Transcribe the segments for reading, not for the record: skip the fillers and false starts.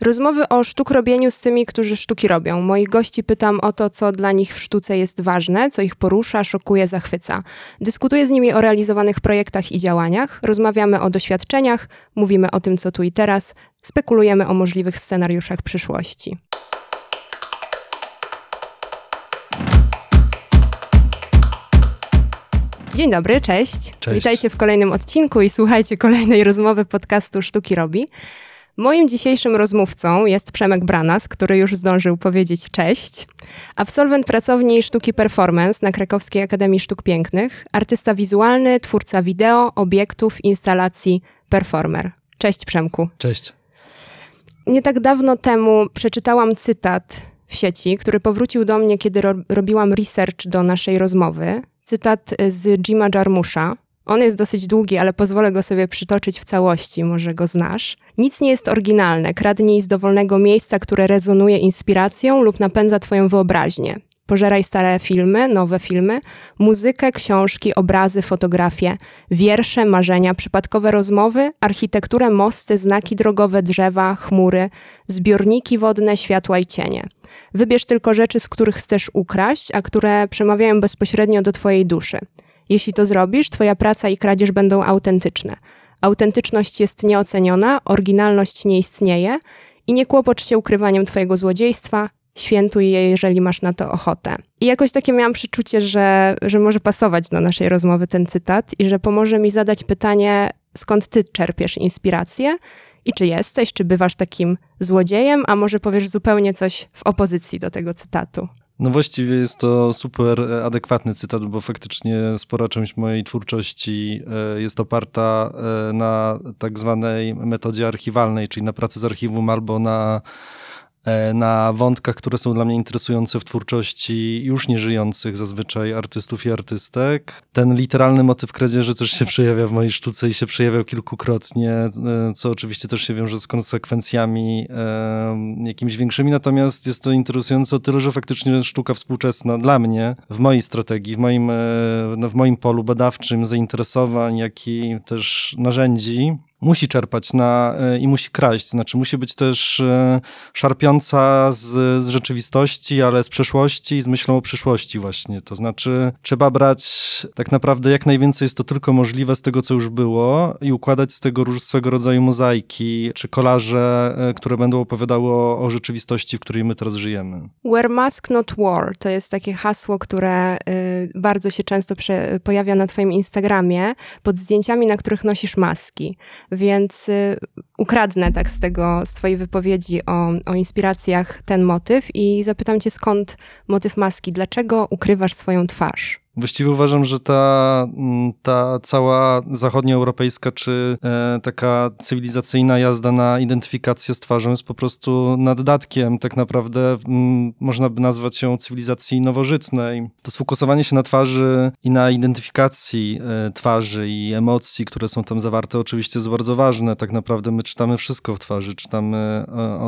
Rozmowy o sztukrobieniu z tymi, którzy sztuki robią. Moich gości pytam o to, co dla nich w sztuce jest ważne, co ich porusza, szokuje, zachwyca. Dyskutuję z nimi o realizowanych projektach i działaniach, rozmawiamy o doświadczeniach, mówimy o tym, co tu i teraz, spekulujemy o możliwych scenariuszach przyszłości. Dzień dobry, cześć. Cześć. Witajcie w kolejnym odcinku i słuchajcie kolejnej rozmowy podcastu Sztuki Robi. Moim dzisiejszym rozmówcą jest Przemek Branas, który już zdążył powiedzieć cześć. Absolwent pracowni sztuki performance na Krakowskiej Akademii Sztuk Pięknych, artysta wizualny, twórca wideo, obiektów, instalacji, performer. Cześć Przemku. Cześć. Nie tak dawno temu przeczytałam cytat w sieci, który powrócił do mnie, kiedy robiłam research do naszej rozmowy. Cytat z Jima Jarmusza. On jest dosyć długi, ale pozwolę go sobie przytoczyć w całości, może go znasz. Nic nie jest oryginalne, kradnij z dowolnego miejsca, które rezonuje inspiracją lub napędza twoją wyobraźnię. Pożeraj stare filmy, nowe filmy, muzykę, książki, obrazy, fotografie, wiersze, marzenia, przypadkowe rozmowy, architekturę, mosty, znaki drogowe, drzewa, chmury, zbiorniki wodne, światła i cienie. Wybierz tylko rzeczy, z których chcesz ukraść, a które przemawiają bezpośrednio do twojej duszy. Jeśli to zrobisz, twoja praca i kradzież będą autentyczne. Autentyczność jest nieoceniona, oryginalność nie istnieje i nie kłopocz się ukrywaniem twojego złodziejstwa, świętuj je, jeżeli masz na to ochotę. I jakoś takie miałam przeczucie, że może pasować do naszej rozmowy ten cytat i że pomoże mi zadać pytanie, skąd ty czerpiesz inspirację i czy jesteś, czy bywasz takim złodziejem, a może powiesz zupełnie coś w opozycji do tego cytatu. No właściwie jest to super adekwatny cytat, bo faktycznie spora część mojej twórczości jest oparta na tak zwanej metodzie archiwalnej, czyli na pracy z archiwum albo na wątkach, które są dla mnie interesujące w twórczości już nieżyjących zazwyczaj artystów i artystek. Ten literalny motyw kradzieży też się przejawia w mojej sztuce i się przejawiał kilkukrotnie, co oczywiście też się wiąże z konsekwencjami jakimiś większymi, natomiast jest to interesujące o tyle, że faktycznie sztuka współczesna dla mnie, w mojej strategii, w moim polu badawczym zainteresowań, jak i też narzędzi, musi czerpać i musi kraść, znaczy musi być też szarpiąca z rzeczywistości, ale z przeszłości i z myślą o przyszłości właśnie. To znaczy trzeba brać tak naprawdę jak najwięcej jest to tylko możliwe z tego, co już było i układać z tego swego rodzaju mozaiki czy kolaże, które będą opowiadały o rzeczywistości, w której my teraz żyjemy. Wear mask, not war. To jest takie hasło, które bardzo się często pojawia na twoim Instagramie pod zdjęciami, na których nosisz maski. Więc ukradnę tak z twojej wypowiedzi o inspiracjach ten motyw i zapytam cię, skąd motyw maski? Dlaczego ukrywasz swoją twarz? Właściwie uważam, że ta cała zachodnioeuropejska czy taka cywilizacyjna jazda na identyfikację z twarzą jest po prostu naddatkiem. Tak naprawdę można by nazwać ją cywilizacji nowożytnej. To sfokusowanie się na twarzy i na identyfikacji twarzy i emocji, które są tam zawarte, oczywiście jest bardzo ważne. Tak naprawdę my czytamy wszystko w twarzy. Czytamy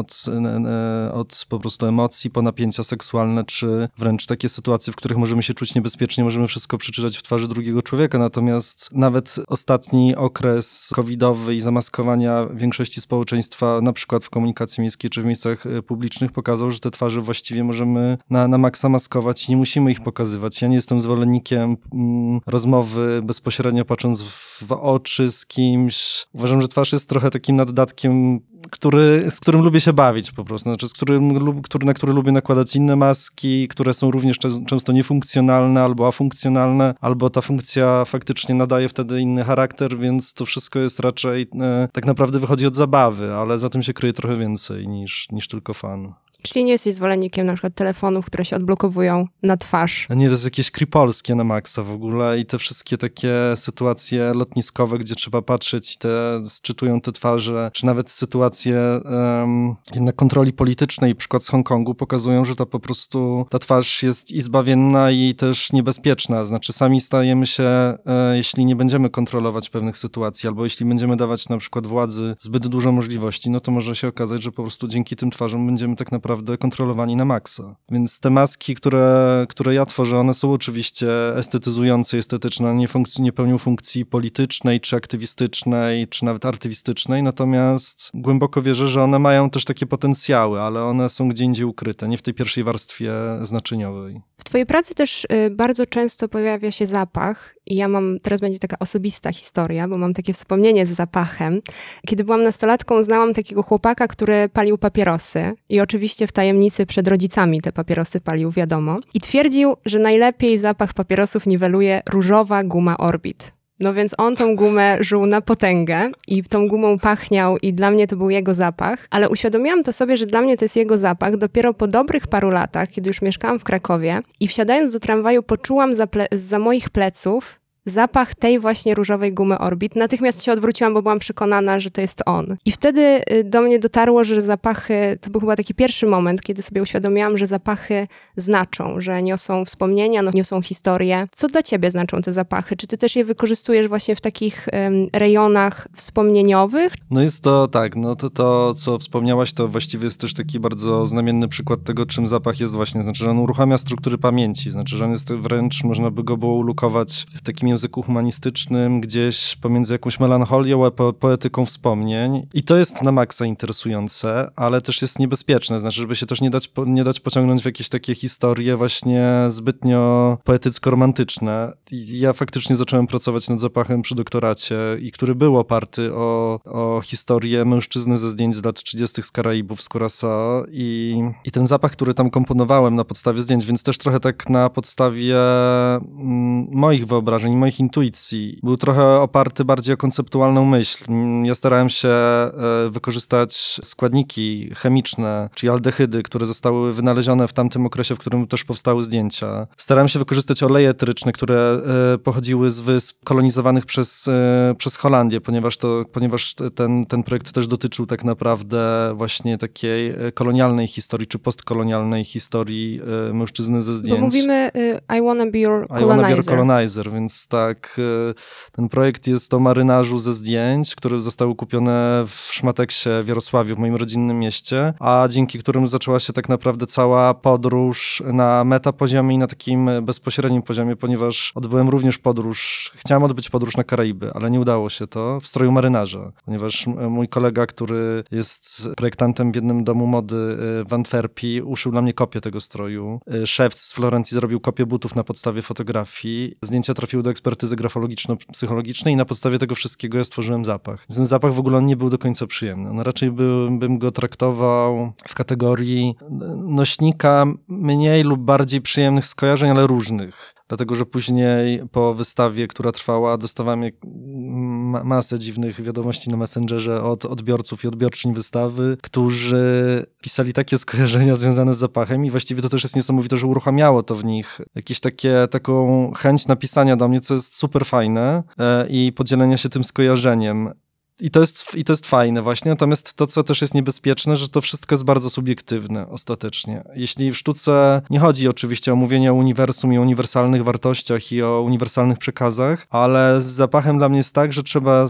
od po prostu emocji po napięcia seksualne, czy wręcz takie sytuacje, w których możemy się czuć niebezpiecznie, możemy wszystko przeczytać w twarzy drugiego człowieka, natomiast nawet ostatni okres covidowy i zamaskowania większości społeczeństwa, na przykład w komunikacji miejskiej czy w miejscach publicznych, pokazał, że te twarze właściwie możemy na maksa maskować i nie musimy ich pokazywać. Ja nie jestem zwolennikiem rozmowy bezpośrednio patrząc w oczy z kimś. Uważam, że twarz jest trochę takim naddatkiem, z którym lubię się bawić po prostu, znaczy na który lubię nakładać inne maski, które są również często niefunkcjonalne albo afunkcjonalne, albo ta funkcja faktycznie nadaje wtedy inny charakter, więc to wszystko jest raczej, tak naprawdę wychodzi od zabawy, ale za tym się kryje trochę więcej niż tylko fan. Czyli nie jesteś zwolennikiem na przykład telefonów, które się odblokowują na twarz? Nie, to jest jakieś creepolskie na maksa w ogóle i te wszystkie takie sytuacje lotniskowe, gdzie trzeba patrzeć i sczytują te twarze, czy nawet sytuacje na kontroli politycznej, przykład z Hongkongu, pokazują, że po prostu ta twarz jest i zbawienna i też niebezpieczna. Znaczy sami stajemy się, jeśli nie będziemy kontrolować pewnych sytuacji, albo jeśli będziemy dawać na przykład władzy zbyt dużo możliwości, no to może się okazać, że po prostu dzięki tym twarzom będziemy tak naprawdę naprawdę kontrolowani na maksa. Więc te maski, które ja tworzę, one są oczywiście estetyzujące, estetyczne, nie pełnią funkcji politycznej, czy aktywistycznej, czy nawet artystycznej, natomiast głęboko wierzę, że one mają też takie potencjały, ale one są gdzie indziej ukryte, nie w tej pierwszej warstwie znaczeniowej. W twojej pracy też bardzo często pojawia się zapach i teraz będzie taka osobista historia, bo mam takie wspomnienie z zapachem. Kiedy byłam nastolatką, znałam takiego chłopaka, który palił papierosy i oczywiście w tajemnicy przed rodzicami te papierosy palił, wiadomo. I twierdził, że najlepiej zapach papierosów niweluje różowa guma Orbit. No więc on tą gumę żuł na potęgę i tą gumą pachniał i dla mnie to był jego zapach, ale uświadomiłam to sobie, że dla mnie to jest jego zapach dopiero po dobrych paru latach, kiedy już mieszkałam w Krakowie i wsiadając do tramwaju poczułam zza moich pleców zapach tej właśnie różowej gumy Orbit. Natychmiast się odwróciłam, bo byłam przekonana, że to jest on. I wtedy do mnie dotarło, że zapachy, to był chyba taki pierwszy moment, kiedy sobie uświadomiłam, że zapachy znaczą, że niosą wspomnienia, niosą historię. Co dla ciebie znaczą te zapachy? Czy ty też je wykorzystujesz właśnie w takich rejonach wspomnieniowych? No jest to tak, no to co wspomniałaś, to właściwie jest też taki bardzo znamienny przykład tego, czym zapach jest właśnie. Znaczy, że on uruchamia struktury pamięci. Znaczy, że on jest wręcz, można by go było ulukować w takim języku humanistycznym, gdzieś pomiędzy jakąś melancholią a poetyką wspomnień. I to jest na maksa interesujące, ale też jest niebezpieczne. Znaczy, żeby się też nie dać pociągnąć w jakieś takie historie właśnie zbytnio poetycko-romantyczne. I ja faktycznie zacząłem pracować nad zapachem przy doktoracie i który był oparty o historię mężczyzny ze zdjęć z lat 30. z Karaibów, z Curaçao i ten zapach, który tam komponowałem na podstawie zdjęć, więc też trochę tak na podstawie moich wyobrażeń, moich intuicji. Był trochę oparty bardziej o konceptualną myśl. Ja starałem się wykorzystać składniki chemiczne, czyli aldehydy, które zostały wynalezione w tamtym okresie, w którym też powstały zdjęcia. Starałem się wykorzystać oleje eteryczne, które pochodziły z wysp kolonizowanych przez Holandię, ponieważ ten projekt też dotyczył tak naprawdę właśnie takiej kolonialnej historii, czy postkolonialnej historii mężczyzny ze zdjęć. Bo mówimy I wanna be your colonizer, więc tak, ten projekt jest o marynarzu ze zdjęć, które zostały kupione w Szmateksie w Jarosławiu, w moim rodzinnym mieście, a dzięki którym zaczęła się tak naprawdę cała podróż na metapoziomie i na takim bezpośrednim poziomie, ponieważ odbyłem również chciałem odbyć podróż na Karaiby, ale nie udało się to w stroju marynarza, ponieważ mój kolega, który jest projektantem w jednym domu mody w Antwerpii, uszył dla mnie kopię tego stroju. Szef z Florencji zrobił kopię butów na podstawie fotografii. Zdjęcia trafiły do ekspertyzy grafologiczno-psychologicznej i na podstawie tego wszystkiego ja stworzyłem zapach. Ten zapach w ogóle nie był do końca przyjemny. No raczej bym go traktował w kategorii nośnika mniej lub bardziej przyjemnych skojarzeń, ale różnych. Dlatego, że później po wystawie, która trwała, dostawałem masę dziwnych wiadomości na Messengerze od odbiorców i odbiorczyń wystawy, którzy pisali takie skojarzenia związane z zapachem i właściwie to też jest niesamowite, że uruchamiało to w nich taką chęć napisania do mnie, co jest super fajne i podzielenia się tym skojarzeniem. I to jest fajne właśnie, natomiast to, co też jest niebezpieczne, że to wszystko jest bardzo subiektywne ostatecznie. Jeśli w sztuce nie chodzi oczywiście o mówienie o uniwersum i o uniwersalnych wartościach i o uniwersalnych przekazach, ale z zapachem dla mnie jest tak, że trzeba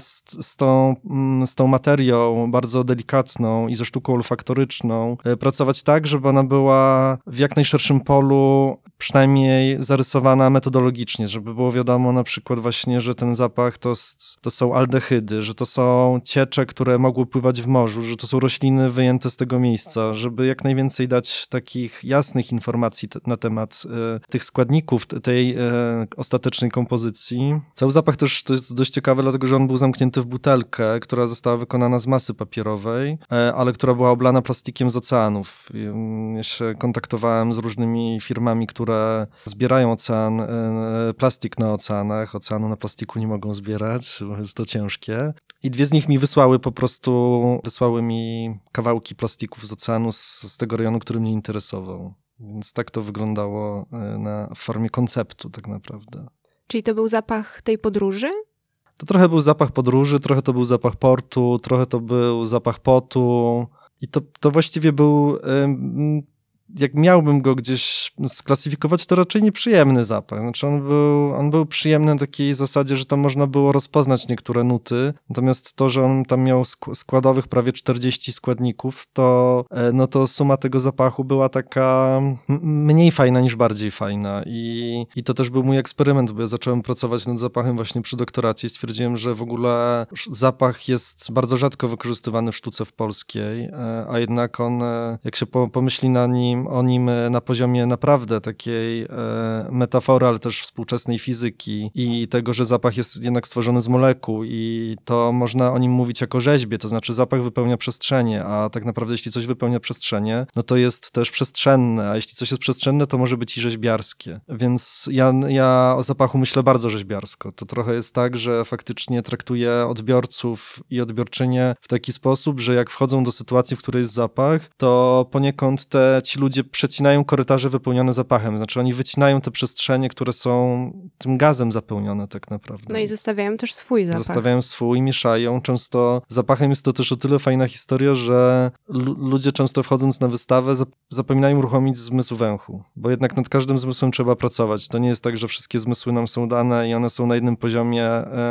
z tą materią bardzo delikatną i ze sztuką olfaktoryczną pracować tak, żeby ona była w jak najszerszym polu przynajmniej zarysowana metodologicznie, żeby było wiadomo na przykład właśnie, że ten zapach to są aldehydy, że to są ciecze, które mogły pływać w morzu, że to są rośliny wyjęte z tego miejsca, żeby jak najwięcej dać takich jasnych informacji na temat tych składników tej ostatecznej kompozycji. Cały zapach też to jest dość ciekawe, dlatego że on był zamknięty w butelkę, która została wykonana z masy papierowej, ale która była oblana plastikiem z oceanów. Ja się kontaktowałem z różnymi firmami, które zbierają plastik na oceanach. Oceanu na plastiku nie mogą zbierać, bo jest to ciężkie. I dwie z nich mi wysłały mi kawałki plastików z oceanu z tego rejonu, który mnie interesował. Więc tak to wyglądało w formie konceptu tak naprawdę. Czyli to był zapach tej podróży? To trochę był zapach podróży, trochę to był zapach portu, trochę to był zapach potu. I to właściwie był jak miałbym go gdzieś sklasyfikować, to raczej nieprzyjemny zapach. Znaczy on był przyjemny na takiej zasadzie, że tam można było rozpoznać niektóre nuty, natomiast to, że on tam miał składowych prawie 40 składników, to suma tego zapachu była taka mniej fajna niż bardziej fajna i to też był mój eksperyment, bo ja zacząłem pracować nad zapachem właśnie przy doktoracie i stwierdziłem, że w ogóle zapach jest bardzo rzadko wykorzystywany w sztuce polskiej, a jednak on, jak się pomyśli o nim na poziomie naprawdę takiej metafory, ale też współczesnej fizyki i tego, że zapach jest jednak stworzony z molekuł i to można o nim mówić jako rzeźbie, to znaczy zapach wypełnia przestrzenie, a tak naprawdę jeśli coś wypełnia przestrzenie, no to jest też przestrzenne, a jeśli coś jest przestrzenne, to może być i rzeźbiarskie. Więc ja o zapachu myślę bardzo rzeźbiarsko. To trochę jest tak, że faktycznie traktuję odbiorców i odbiorczynie w taki sposób, że jak wchodzą do sytuacji, w której jest zapach, to poniekąd ci ludzie przecinają korytarze wypełnione zapachem. Znaczy oni wycinają te przestrzenie, które są tym gazem zapełnione tak naprawdę. No i zostawiają też swój zapach. Zostawiają swój, mieszają. Często zapachem jest to też o tyle fajna historia, że ludzie często wchodząc na wystawę zapominają uruchomić zmysł węchu, bo jednak nad każdym zmysłem trzeba pracować. To nie jest tak, że wszystkie zmysły nam są dane i one są na jednym poziomie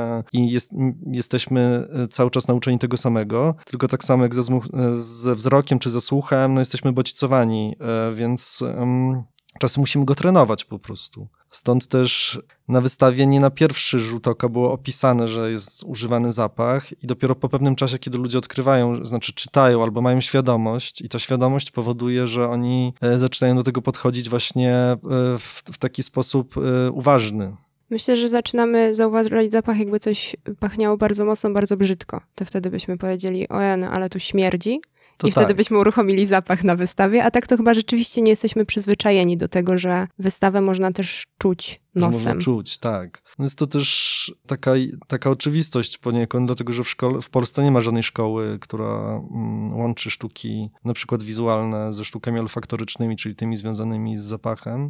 i jesteśmy cały czas nauczeni tego samego, tylko tak samo jak ze wzrokiem czy ze słuchem, no jesteśmy bodźcowani, więc czasem musimy go trenować po prostu. Stąd też na wystawie nie na pierwszy rzut oka było opisane, że jest używany zapach i dopiero po pewnym czasie, kiedy ludzie odkrywają, znaczy czytają albo mają świadomość i ta świadomość powoduje, że oni zaczynają do tego podchodzić właśnie w taki sposób uważny. Myślę, że zaczynamy zauważać zapach, jakby coś pachniało bardzo mocno, bardzo brzydko. To wtedy byśmy powiedzieli, no, ale tu śmierdzi. To I wtedy byśmy uruchomili zapach na wystawie, a tak to chyba rzeczywiście nie jesteśmy przyzwyczajeni do tego, że wystawę można też czuć nosem. Można czuć, tak. No jest to też taka oczywistość poniekąd, dlatego że w Polsce nie ma żadnej szkoły, która łączy sztuki na przykład wizualne ze sztukami olfaktorycznymi, czyli tymi związanymi z zapachem.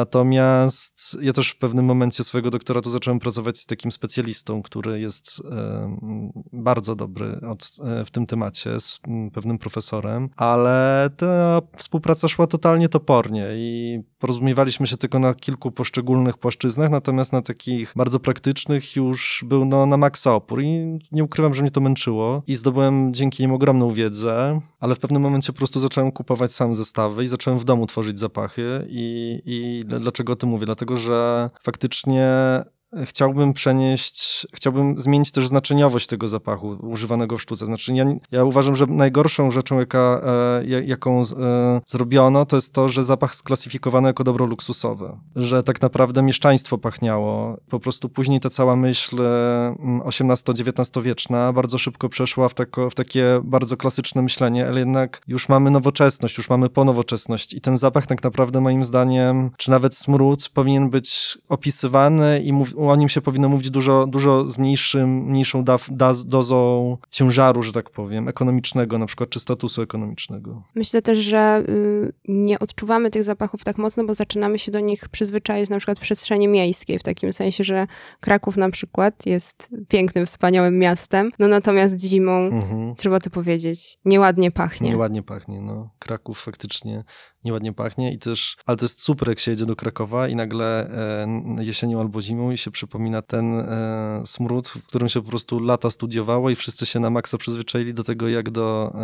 Natomiast ja też w pewnym momencie swojego doktoratu zacząłem pracować z takim specjalistą, który jest bardzo dobry w tym temacie, z pewnym profesorem, ale ta współpraca szła totalnie topornie i porozumiewaliśmy się tylko na kilku poszczególnych płaszczyznach, natomiast na takich bardzo praktycznych już był na maksa opór i nie ukrywam, że mnie to męczyło i zdobyłem dzięki nim ogromną wiedzę, ale w pewnym momencie po prostu zacząłem kupować sam zestawy i zacząłem w domu tworzyć zapachy i dlaczego o tym mówię? Dlatego, że faktycznie chciałbym zmienić też znaczeniowość tego zapachu używanego w sztuce. Znaczy ja uważam, że najgorszą rzeczą, jaką zrobiono, to jest to, że zapach sklasyfikowano jako dobro luksusowe. Że tak naprawdę mieszczaństwo pachniało. Po prostu później ta cała myśl XVIII-XIX wieczna bardzo szybko przeszła w takie bardzo klasyczne myślenie, ale jednak już mamy nowoczesność, już mamy ponowoczesność i ten zapach tak naprawdę moim zdaniem, czy nawet smród powinien być opisywany i o nim się powinno mówić dużo z mniejszą dozą ciężaru, że tak powiem, ekonomicznego, na przykład, czy statusu ekonomicznego. Myślę też, że nie odczuwamy tych zapachów tak mocno, bo zaczynamy się do nich przyzwyczaić na przykład w przestrzeni miejskiej, w takim sensie, że Kraków na przykład jest pięknym, wspaniałym miastem, no natomiast zimą, trzeba to powiedzieć, nieładnie pachnie. Nieładnie pachnie, no. Kraków faktycznie nieładnie pachnie ale to jest super, jak się jedzie do Krakowa i nagle jesienią albo zimą i się przypomina ten smród, w którym się po prostu lata studiowało i wszyscy się na maksa przyzwyczaili do tego, jak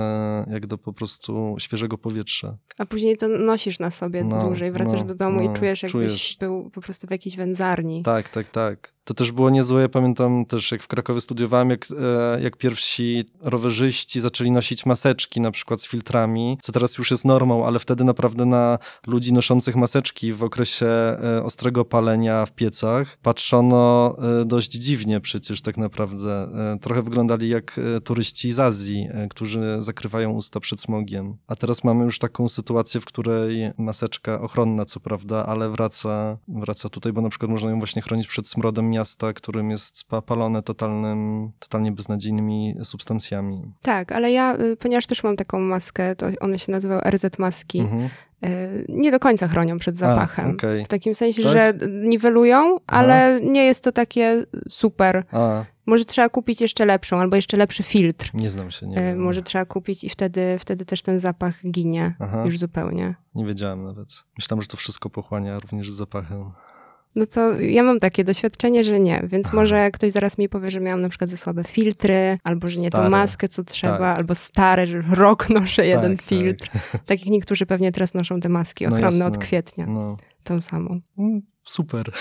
do po prostu świeżego powietrza. A później to nosisz na sobie dłużej, wracasz do domu i czujesz, jakbyś był po prostu w jakiejś wędzarni. Tak. To też było niezłe. Ja pamiętam też, jak w Krakowie studiowałem, jak pierwsi rowerzyści zaczęli nosić maseczki na przykład z filtrami, co teraz już jest normą, ale wtedy naprawdę na ludzi noszących maseczki w okresie ostrego palenia w piecach patrzono dość dziwnie przecież tak naprawdę. Trochę wyglądali jak turyści z Azji, którzy zakrywają usta przed smogiem. A teraz mamy już taką sytuację, w której maseczka ochronna, co prawda, ale wraca tutaj, bo na przykład można ją właśnie chronić przed smrodem miasta, którym jest palone totalnie beznadziejnymi substancjami. Tak, ale ja, ponieważ też mam taką maskę, to one się nazywają RZ maski, nie do końca chronią przed zapachem. Okay. W takim sensie, tak? że niwelują, ale nie jest to takie super. Może trzeba kupić jeszcze lepszą, albo jeszcze lepszy filtr. Nie znam się, nie wiem. Może trzeba kupić i wtedy też ten zapach ginie już zupełnie. Nie wiedziałem nawet. Myślałem, że to wszystko pochłania również z zapachem. No to ja mam takie doświadczenie, że nie, więc może ktoś zaraz mi powie, że miałam na przykład za słabe filtry, albo że nie tą maskę, co trzeba, albo stary, że rok noszę jeden filtr. Tak jak niektórzy pewnie teraz noszą te maski ochronne od kwietnia. Tą samą. Super.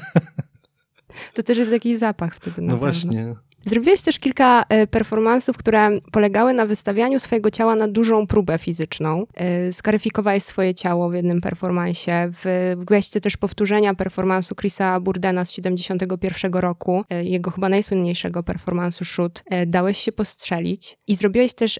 To też jest jakiś zapach wtedy na pewno. Właśnie. Zrobiłeś też kilka performansów, które polegały na wystawianiu swojego ciała na dużą próbę fizyczną. Skaryfikowałeś swoje ciało w jednym performansie. Byłeś też powtórzenia performansu Chrisa Burdena z 1971 roku, jego chyba najsłynniejszego performansu Shoot. Dałeś się postrzelić i zrobiłeś też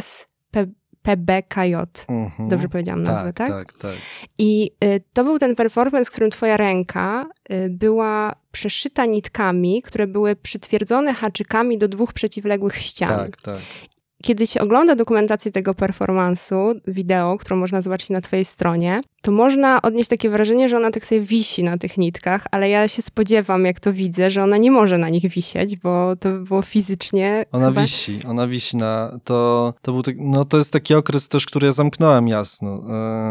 PBKJ. Dobrze powiedziałam nazwę, tak? Tak. I to był ten performance, w którym twoja ręka była przeszyta nitkami, które były przytwierdzone haczykami do 2 przeciwległych ścian. Tak. Kiedy się ogląda dokumentację tego performansu, wideo, którą można zobaczyć na twojej stronie, to można odnieść takie wrażenie, że ona tak sobie wisi na tych nitkach, ale ja się spodziewam, jak to widzę, że ona nie może na nich wisieć, bo to by było fizycznie... Ona wisi na... To jest taki okres też, który ja zamknąłem jasno,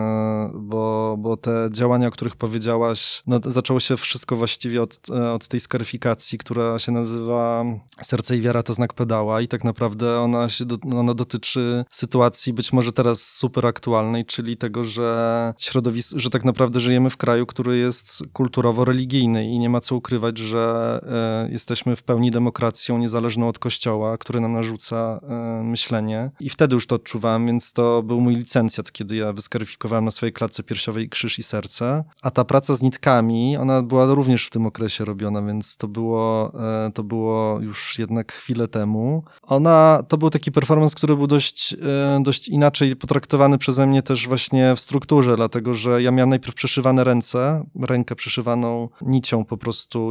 bo te działania, o których powiedziałaś, zaczęło się wszystko właściwie od tej skaryfikacji, która się nazywa Serce i wiara to znak pedała i tak naprawdę ona dotyczy sytuacji być może teraz super aktualnej, czyli tego, że że tak naprawdę żyjemy w kraju, który jest kulturowo-religijny i nie ma co ukrywać, że jesteśmy w pełni demokracją niezależną od kościoła, który nam narzuca myślenie. I wtedy już to odczuwałem, więc to był mój licencjat, kiedy ja wyskaryfikowałem na swojej klatce piersiowej krzyż i serce. A ta praca z nitkami, ona była również w tym okresie robiona, więc to było już jednak chwilę temu. To był taki performance, który był dość inaczej potraktowany przeze mnie też właśnie w strukturze, dlatego że ja miałem najpierw przyszywane rękę przyszywaną nicią po prostu.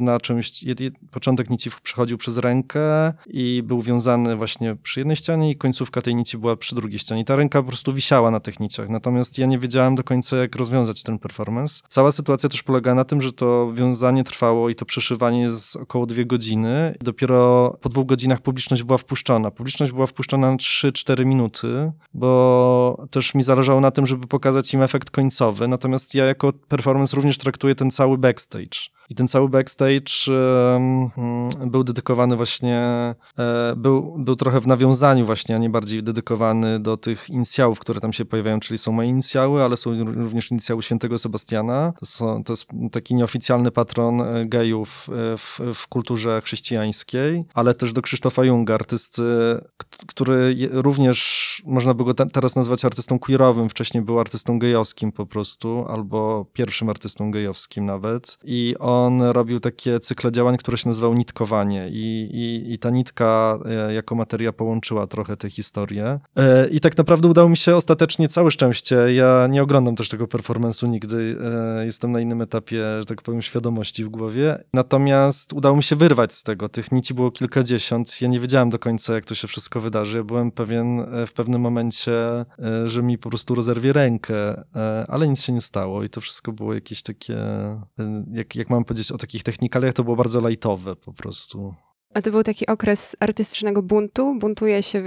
Początek nici przechodził przez rękę i był wiązany właśnie przy jednej ścianie i końcówka tej nici była przy drugiej ścianie. I ta ręka po prostu wisiała na tych niciach, natomiast ja nie wiedziałem do końca, jak rozwiązać ten performance. Cała sytuacja też polega na tym, że to wiązanie trwało i to przeszywanie jest około 2 godziny. I dopiero po 2 godzinach publiczność była wpuszczona. Publiczność była wpuszczona na 3-4 minuty, bo też mi zależało na tym, żeby pokazać im efekt końcowy, natomiast ja jako performance również traktuję ten cały backstage. I ten cały backstage był dedykowany właśnie, był trochę w nawiązaniu właśnie, a nie bardziej dedykowany do tych inicjałów, które tam się pojawiają, czyli są moje inicjały, ale są również inicjały świętego Sebastiana. To jest taki nieoficjalny patron gejów w kulturze chrześcijańskiej, ale też do Krzysztofa Junga, artysty, który również można by go teraz nazwać artystą queerowym, wcześniej był artystą gejowskim po prostu, albo pierwszym artystą gejowskim nawet. I on robił takie cykle działań, które się nazywało nitkowanie i ta nitka jako materia połączyła trochę te historie. I tak naprawdę udało mi się ostatecznie, całe szczęście, ja nie oglądam też tego performance'u nigdy, jestem na innym etapie, że tak powiem, świadomości w głowie. Natomiast udało mi się wyrwać z tego. Tych nici było kilkadziesiąt. Ja nie wiedziałem do końca, jak to się wszystko wydarzy. Ja byłem pewien w pewnym momencie, że mi po prostu rozerwie rękę, ale nic się nie stało i to wszystko było jakieś takie, jak mam powiedzieć o takich technikaliach, to było bardzo lajtowe po prostu. A to był taki okres artystycznego buntu. Buntuję się,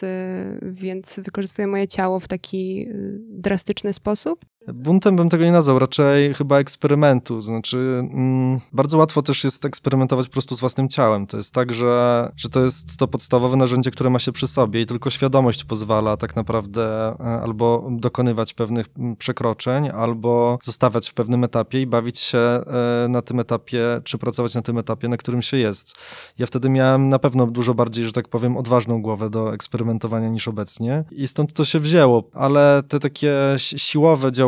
więc wykorzystuję moje ciało w taki drastyczny sposób? Buntem bym tego nie nazwał, raczej chyba eksperymentu. Znaczy, bardzo łatwo też jest eksperymentować po prostu z własnym ciałem. To jest tak, że to jest to podstawowe narzędzie, które ma się przy sobie i tylko świadomość pozwala tak naprawdę albo dokonywać pewnych przekroczeń, albo zostawać w pewnym etapie i bawić się na tym etapie, czy pracować na tym etapie, na którym się jest. Ja wtedy miałem na pewno dużo bardziej, że tak powiem, odważną głowę do eksperymentowania niż obecnie i stąd to się wzięło, ale te takie siłowe działania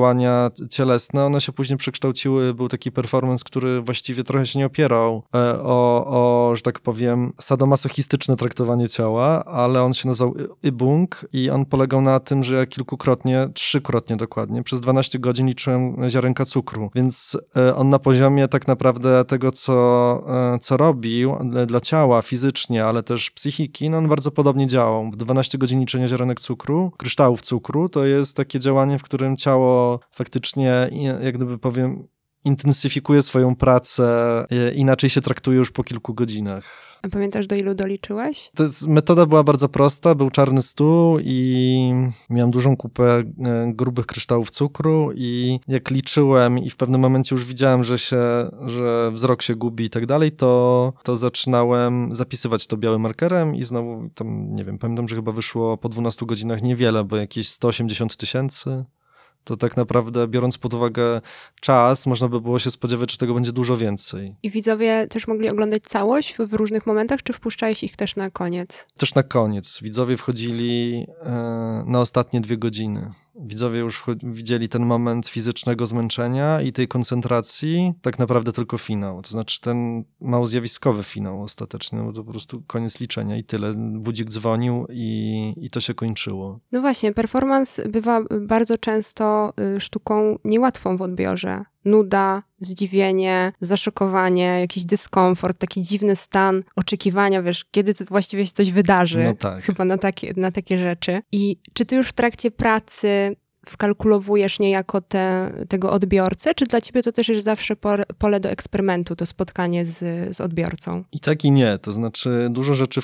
działania cielesne, one się później przekształciły, był taki performance, który właściwie trochę się nie opierał o że tak powiem, sadomasochistyczne traktowanie ciała, ale on się nazywał Übung i on polegał na tym, że ja trzykrotnie dokładnie, przez 12 godzin liczyłem ziarenka cukru, więc on na poziomie tak naprawdę tego, co robił dla ciała fizycznie, ale też psychiki, no on bardzo podobnie działał. 12 godzin liczenia ziarenek cukru, kryształów cukru, to jest takie działanie, w którym ciało faktycznie, jak gdyby powiem, intensyfikuje swoją pracę, inaczej się traktuje już po kilku godzinach. A pamiętasz, do ilu doliczyłeś? Metoda była bardzo prosta, był czarny stół i miałem dużą kupę grubych kryształów cukru i jak liczyłem i w pewnym momencie już widziałem, że wzrok się gubi i tak dalej, to zaczynałem zapisywać to białym markerem i znowu tam, nie wiem, pamiętam, że chyba wyszło po 12 godzinach niewiele, bo jakieś 180 000. To tak naprawdę, biorąc pod uwagę czas, można by było się spodziewać, że tego będzie dużo więcej. I widzowie też mogli oglądać całość w różnych momentach, czy wpuszczałeś ich też na koniec? Też na koniec. Widzowie wchodzili na ostatnie 2 godziny. Widzowie już widzieli ten moment fizycznego zmęczenia i tej koncentracji, tak naprawdę tylko finał. To znaczy ten mało zjawiskowy finał ostatecznie, bo to po prostu koniec liczenia i tyle. Budzik dzwonił i to się kończyło. No właśnie, performance bywa bardzo często sztuką niełatwą w odbiorze. Nuda, zdziwienie, zaszokowanie, jakiś dyskomfort, taki dziwny stan oczekiwania, wiesz, kiedy właściwie się coś wydarzy. No tak. Chyba na takie rzeczy. I czy ty już w trakcie pracy wkalkulowujesz niejako tego odbiorcę, czy dla ciebie to też jest zawsze pole do eksperymentu, to spotkanie z odbiorcą? I tak i nie, to znaczy dużo rzeczy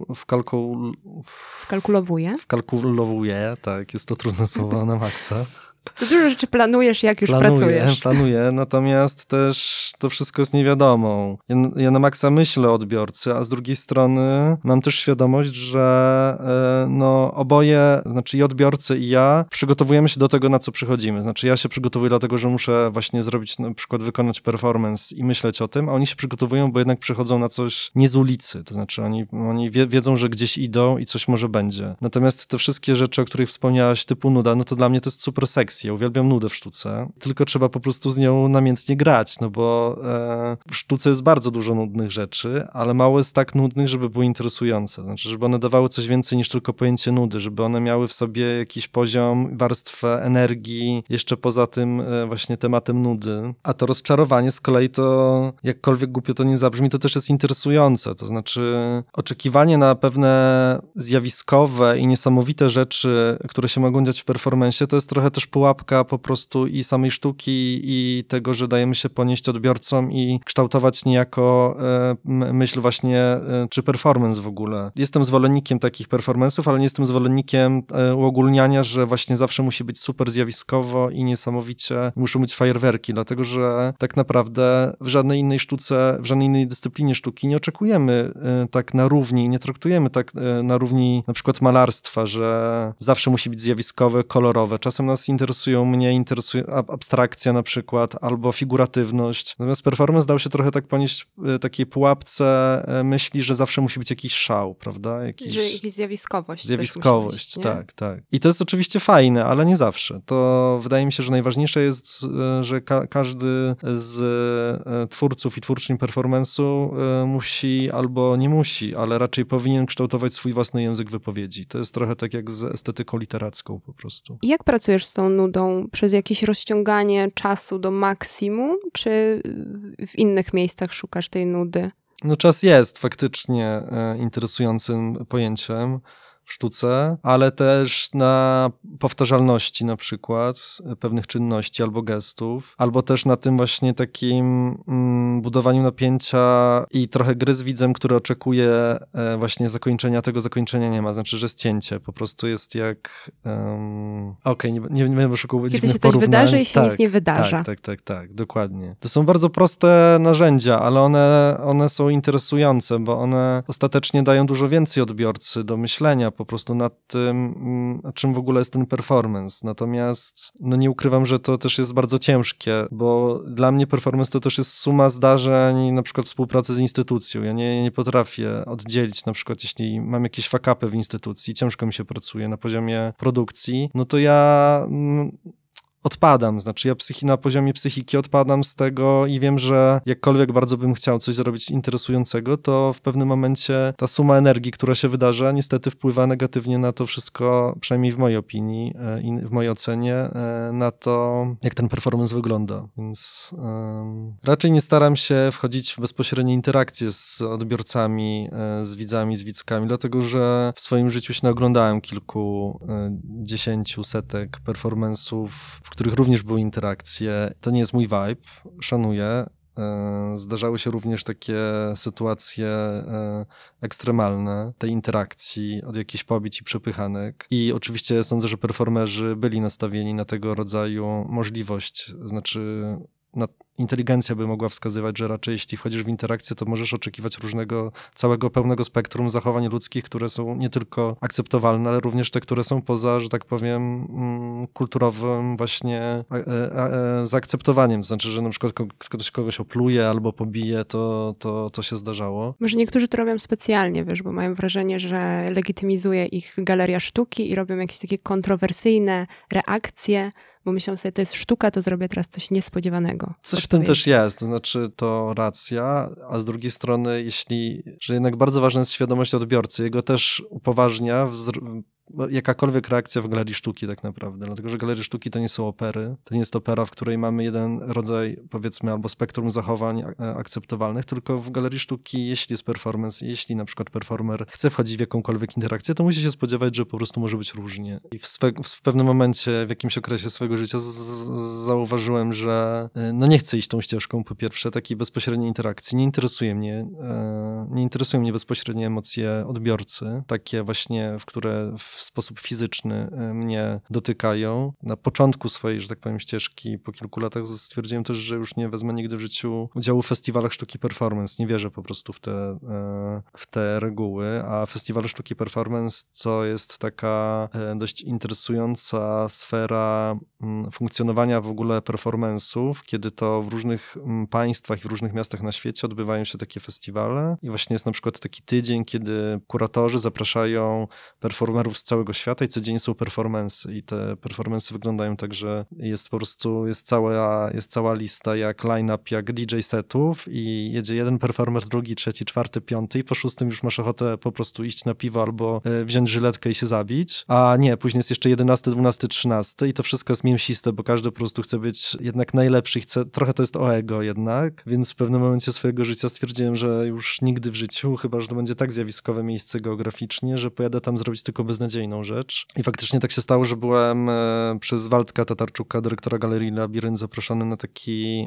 wkalkulowuję, tak, jest to trudne słowo na maksa. To dużo rzeczy planujesz, jak już pracujesz. Planuję, natomiast też to wszystko jest niewiadomą. Ja na maksa myślę o odbiorcy, a z drugiej strony mam też świadomość, że oboje, znaczy i odbiorcy i ja, przygotowujemy się do tego, na co przychodzimy. Znaczy ja się przygotowuję dlatego, że muszę właśnie zrobić, na przykład wykonać performance i myśleć o tym, a oni się przygotowują, bo jednak przychodzą na coś nie z ulicy. To znaczy oni wiedzą, że gdzieś idą i coś może będzie. Natomiast te wszystkie rzeczy, o których wspomniałaś, typu nuda, no to dla mnie to jest super sexy. Ja uwielbiam nudę w sztuce, tylko trzeba po prostu z nią namiętnie grać, no bo w sztuce jest bardzo dużo nudnych rzeczy, ale mało jest tak nudnych, żeby były interesujące. Znaczy, żeby one dawały coś więcej niż tylko pojęcie nudy, żeby one miały w sobie jakiś poziom, warstwę energii, jeszcze poza tym właśnie tematem nudy. A to rozczarowanie z kolei to, jakkolwiek głupio to nie zabrzmi, to też jest interesujące. To znaczy oczekiwanie na pewne zjawiskowe i niesamowite rzeczy, które się mogą dziać w performance'ie, to jest trochę też pułapka po prostu i samej sztuki i tego, że dajemy się ponieść odbiorcom i kształtować niejako myśl właśnie, czy performance w ogóle. Jestem zwolennikiem takich performance'ów, ale nie jestem zwolennikiem uogólniania, że właśnie zawsze musi być super zjawiskowo i niesamowicie muszą być fajerwerki, dlatego że tak naprawdę w żadnej innej sztuce, w żadnej innej dyscyplinie sztuki nie oczekujemy tak na równi, nie traktujemy tak na równi na przykład malarstwa, że zawsze musi być zjawiskowe, kolorowe. Czasem mnie interesuje abstrakcja na przykład, albo figuratywność. Natomiast performance dał się trochę tak ponieść takiej pułapce myśli, że zawsze musi być jakiś szał, prawda? Że jakaś zjawiskowość. Zjawiskowość, być, tak. I to jest oczywiście fajne, ale nie zawsze. To wydaje mi się, że najważniejsze jest, że każdy z twórców i twórczyń performance'u musi albo nie musi, ale raczej powinien kształtować swój własny język wypowiedzi. To jest trochę tak jak z estetyką literacką po prostu. I jak pracujesz z tą nudą? Przez jakieś rozciąganie czasu do maksimum, czy w innych miejscach szukasz tej nudy? No czas jest faktycznie interesującym pojęciem w sztuce, ale też na powtarzalności na przykład pewnych czynności albo gestów, albo też na tym właśnie takim budowaniu napięcia i trochę gry z widzem, który oczekuje właśnie zakończenia, tego zakończenia nie ma, znaczy, że jest cięcie, po prostu jest jak nie będę szukał dziwnych porównań. Kiedy się coś wydarzy i się nic nie wydarza. Tak, dokładnie. To są bardzo proste narzędzia, ale one są interesujące, bo one ostatecznie dają dużo więcej odbiorcy do myślenia po prostu nad tym, czym w ogóle jest ten performance. Natomiast nie ukrywam, że to też jest bardzo ciężkie, bo dla mnie performance to też jest suma zdarzeń, na przykład współpracy z instytucją. Ja nie potrafię oddzielić, na przykład jeśli mam jakieś fuck-upy w instytucji, ciężko mi się pracuje na poziomie produkcji, no to ja odpadam, znaczy ja na poziomie psychiki odpadam z tego i wiem, że jakkolwiek bardzo bym chciał coś zrobić interesującego, to w pewnym momencie ta suma energii, która się wydarza, niestety wpływa negatywnie na to wszystko, przynajmniej w mojej opinii i w mojej ocenie, na to, jak ten performance wygląda. Więc raczej nie staram się wchodzić w bezpośrednie interakcje z odbiorcami, z widzami, z widzkami, dlatego że w swoim życiu się naoglądałem kilkudziesięciu, setek performance'ów, w których również były interakcje. To nie jest mój vibe, szanuję. Zdarzały się również takie sytuacje ekstremalne tej interakcji, od jakichś pobić i przepychanek. I oczywiście sądzę, że performerzy byli nastawieni na tego rodzaju możliwość, znaczy inteligencja by mogła wskazywać, że raczej jeśli wchodzisz w interakcję, to możesz oczekiwać całego pełnego spektrum zachowań ludzkich, które są nie tylko akceptowalne, ale również te, które są poza, że tak powiem, kulturowym właśnie zaakceptowaniem. Znaczy, że na przykład ktoś kogoś opluje albo pobije, to się zdarzało. Może niektórzy to robią specjalnie, wiesz, bo mają wrażenie, że legitymizuje ich galeria sztuki i robią jakieś takie kontrowersyjne reakcje, bo myślą sobie, to jest sztuka, to zrobię teraz coś niespodziewanego. Coś w tym też jest, to znaczy to racja, a z drugiej strony, że jednak bardzo ważna jest świadomość odbiorcy, jego też upoważnia jakakolwiek reakcja w galerii sztuki tak naprawdę, dlatego że galerie sztuki to nie są opery, to nie jest opera, w której mamy jeden rodzaj, powiedzmy, albo spektrum zachowań akceptowalnych, tylko w galerii sztuki, jeśli jest performance, jeśli na przykład performer chce wchodzić w jakąkolwiek interakcję, to musi się spodziewać, że po prostu może być różnie. I w pewnym momencie, w jakimś okresie swojego życia zauważyłem, że no nie chcę iść tą ścieżką, po pierwsze, takiej bezpośredniej interakcji. Nie interesują mnie bezpośrednie emocje odbiorcy, takie właśnie, które w sposób fizyczny mnie dotykają. Na początku swojej, że tak powiem, ścieżki, po kilku latach stwierdziłem też, że już nie wezmę nigdy w życiu udziału w festiwalach sztuki performance. Nie wierzę po prostu w te reguły, a festiwale sztuki performance to jest taka dość interesująca sfera funkcjonowania w ogóle performance'ów, kiedy to w różnych państwach i w różnych miastach na świecie odbywają się takie festiwale i właśnie jest na przykład taki tydzień, kiedy kuratorzy zapraszają performerów z całego świata i codziennie są performance i te performance wyglądają tak, że jest po prostu, jest cała lista jak line-up, jak DJ setów i jedzie jeden performer, drugi, trzeci, czwarty, piąty i po szóstym już masz ochotę po prostu iść na piwo albo wziąć żyletkę i się zabić, a nie, później jest jeszcze 11, 12, 13 i to wszystko jest mięsiste, bo każdy po prostu chce być jednak najlepszy, trochę to jest o ego jednak, więc w pewnym momencie swojego życia stwierdziłem, że już nigdy w życiu, chyba że to będzie tak zjawiskowe miejsce geograficznie, że pojadę tam zrobić tylko beznadziejną rzecz. I faktycznie tak się stało, że byłem przez Waldka Tatarczuka, dyrektora Galerii Labirynt, zaproszony na taki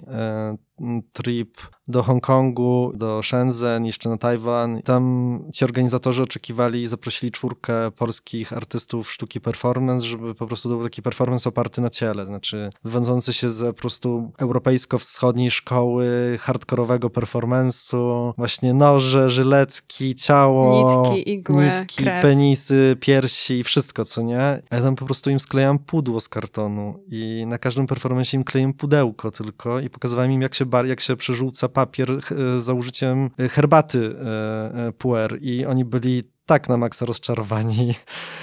trip do Hongkongu, do Shenzhen, jeszcze na Tajwan. Tam ci organizatorzy oczekiwali i zaprosili 4 polskich artystów sztuki performance, żeby po prostu to był taki performance oparty na ciele, znaczy wywodzący się z po prostu europejsko-wschodniej szkoły hardkorowego performance'u, właśnie noże, żyletki, ciało, nitki, igły, krew, penisy, piersi i wszystko, co nie? A ja tam po prostu im sklejam pudło z kartonu i na każdym performance im kleję pudełko tylko i pokazywałem im, jak się przerzuca papier za użyciem herbaty puer i oni byli tak na maksa rozczarowani.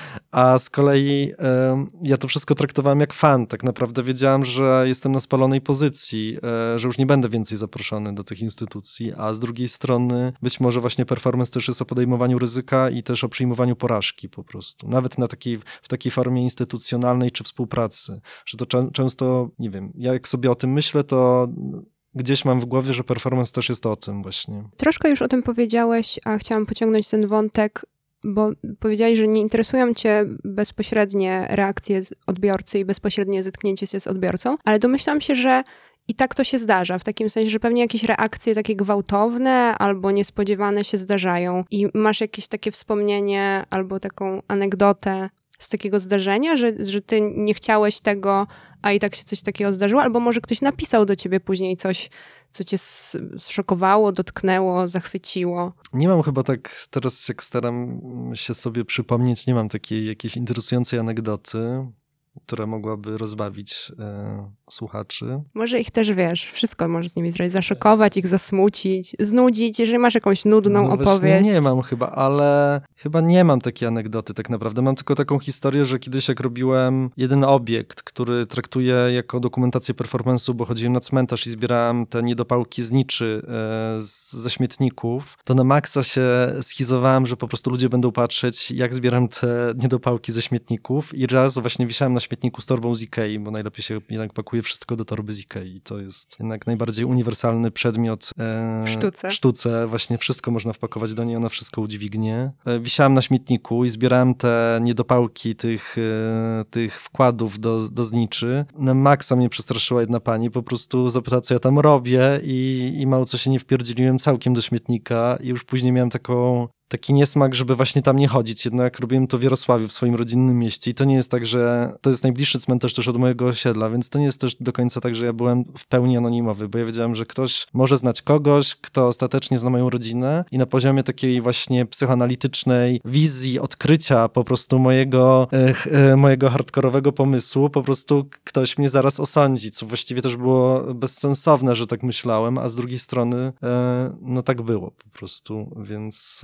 A z kolei ja to wszystko traktowałem jak fan. Tak naprawdę wiedziałem, że jestem na spalonej pozycji, że już nie będę więcej zaproszony do tych instytucji, a z drugiej strony być może właśnie performance też jest o podejmowaniu ryzyka i też o przyjmowaniu porażki po prostu. Nawet w takiej formie instytucjonalnej czy współpracy. Że to często, nie wiem, ja jak sobie o tym myślę, to gdzieś mam w głowie, że performance też jest o tym właśnie. Troszkę już o tym powiedziałeś, a chciałam pociągnąć ten wątek, bo powiedziałeś, że nie interesują cię bezpośrednie reakcje odbiorcy i bezpośrednie zetknięcie się z odbiorcą, ale domyślam się, że i tak to się zdarza, w takim sensie, że pewnie jakieś reakcje takie gwałtowne albo niespodziewane się zdarzają i masz jakieś takie wspomnienie albo taką anegdotę z takiego zdarzenia, że ty nie chciałeś tego, a i tak się coś takiego zdarzyło, albo może ktoś napisał do ciebie później coś, co cię zszokowało, dotknęło, zachwyciło. Nie mam chyba tak, teraz jak staram się sobie przypomnieć, nie mam takiej jakiejś interesującej anegdoty. która mogłaby rozbawić słuchaczy. Może ich też, wszystko możesz z nimi zrobić, zaszokować ich, zasmucić, znudzić, jeżeli masz jakąś nudną opowieść. Nie mam chyba, ale chyba nie mam takiej anegdoty tak naprawdę. Mam tylko taką historię, że kiedyś jak robiłem jeden obiekt, który traktuję jako dokumentację performance'u, bo chodziłem na cmentarz i zbierałem te niedopałki zniczy ze śmietników, to na maksa się schizowałem, że po prostu ludzie będą patrzeć, jak zbieram te niedopałki ze śmietników i raz właśnie wisiałem na śmietniku z torbą z Ikei, bo najlepiej się jednak pakuje wszystko do torby z Ikei. To jest jednak najbardziej uniwersalny przedmiot w sztuce. Właśnie wszystko można wpakować do niej, ona wszystko udźwignie. Wisiałem na śmietniku i zbierałem te niedopałki tych wkładów do zniczy. Na maksa mnie przestraszyła jedna pani, po prostu zapytała, co ja tam robię i mało co się nie wpierdzieliłem całkiem do śmietnika i już później miałem taki niesmak, żeby właśnie tam nie chodzić. Jednak robiłem to w Jarosławiu, w swoim rodzinnym mieście i to nie jest tak, że to jest najbliższy cmentarz też od mojego osiedla, więc to nie jest też do końca tak, że ja byłem w pełni anonimowy, bo ja wiedziałem, że ktoś może znać kogoś, kto ostatecznie zna moją rodzinę i na poziomie takiej właśnie psychoanalitycznej wizji, odkrycia po prostu mojego hardkorowego pomysłu, po prostu ktoś mnie zaraz osądzi, co właściwie też było bezsensowne, że tak myślałem, a z drugiej strony no tak było po prostu, więc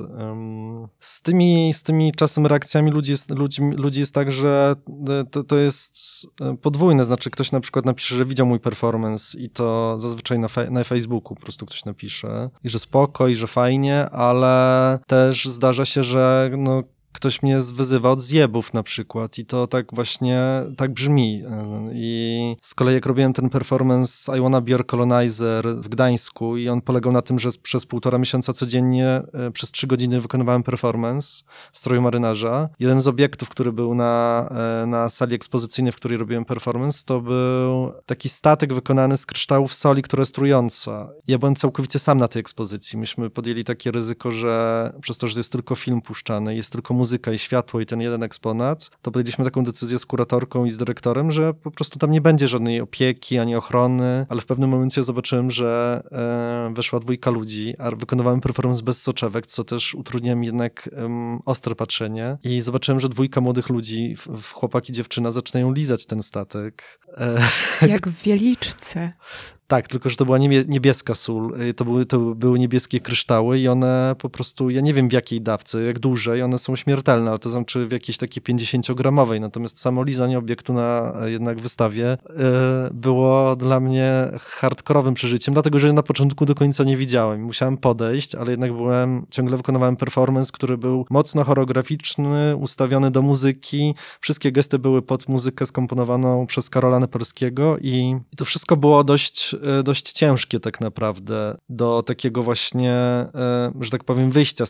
z tymi czasem reakcjami ludzi jest tak, że to jest podwójne, znaczy ktoś na przykład napisze, że widział mój performance i to zazwyczaj na Facebooku po prostu ktoś napisze i że spoko, i że fajnie, ale też zdarza się, że ktoś mnie wyzywa od zjebów na przykład i to tak właśnie, tak brzmi. I z kolei jak robiłem ten performance I Wanna Be Your Colonizer w Gdańsku i on polegał na tym, że przez 1,5 miesiąca codziennie przez 3 godziny wykonywałem performance w stroju marynarza. Jeden z obiektów, który był na sali ekspozycyjnej, w której robiłem performance, to był taki statek wykonany z kryształów soli, która jest trująca. Ja byłem całkowicie sam na tej ekspozycji. Myśmy podjęli takie ryzyko, że przez to, że jest tylko film puszczany, jest tylko muzyka i światło i ten jeden eksponat, to podjęliśmy taką decyzję z kuratorką i z dyrektorem, że po prostu tam nie będzie żadnej opieki, ani ochrony, ale w pewnym momencie zobaczyłem, że weszła 2 ludzi, a wykonywałem performance bez soczewek, co też utrudnia mi jednak ostre patrzenie i zobaczyłem, że 2 młodych ludzi, chłopak i dziewczyna, zaczynają lizać ten statek. Jak w Wieliczce. Tak, tylko że to była niebieska sól, to były niebieskie kryształy i one po prostu, ja nie wiem w jakiej dawce, jak dużej, one są śmiertelne, ale to znaczy w jakiejś takiej 50-gramowej, natomiast samo lizanie obiektu na jednak wystawie było dla mnie hardkorowym przeżyciem, dlatego że na początku do końca nie widziałem. Musiałem podejść, ale jednak ciągle wykonywałem performance, który był mocno choreograficzny, ustawiony do muzyki, wszystkie gesty były pod muzykę skomponowaną przez Karola Neperskiego i to wszystko było dość ciężkie tak naprawdę do takiego właśnie, że tak powiem, wyjścia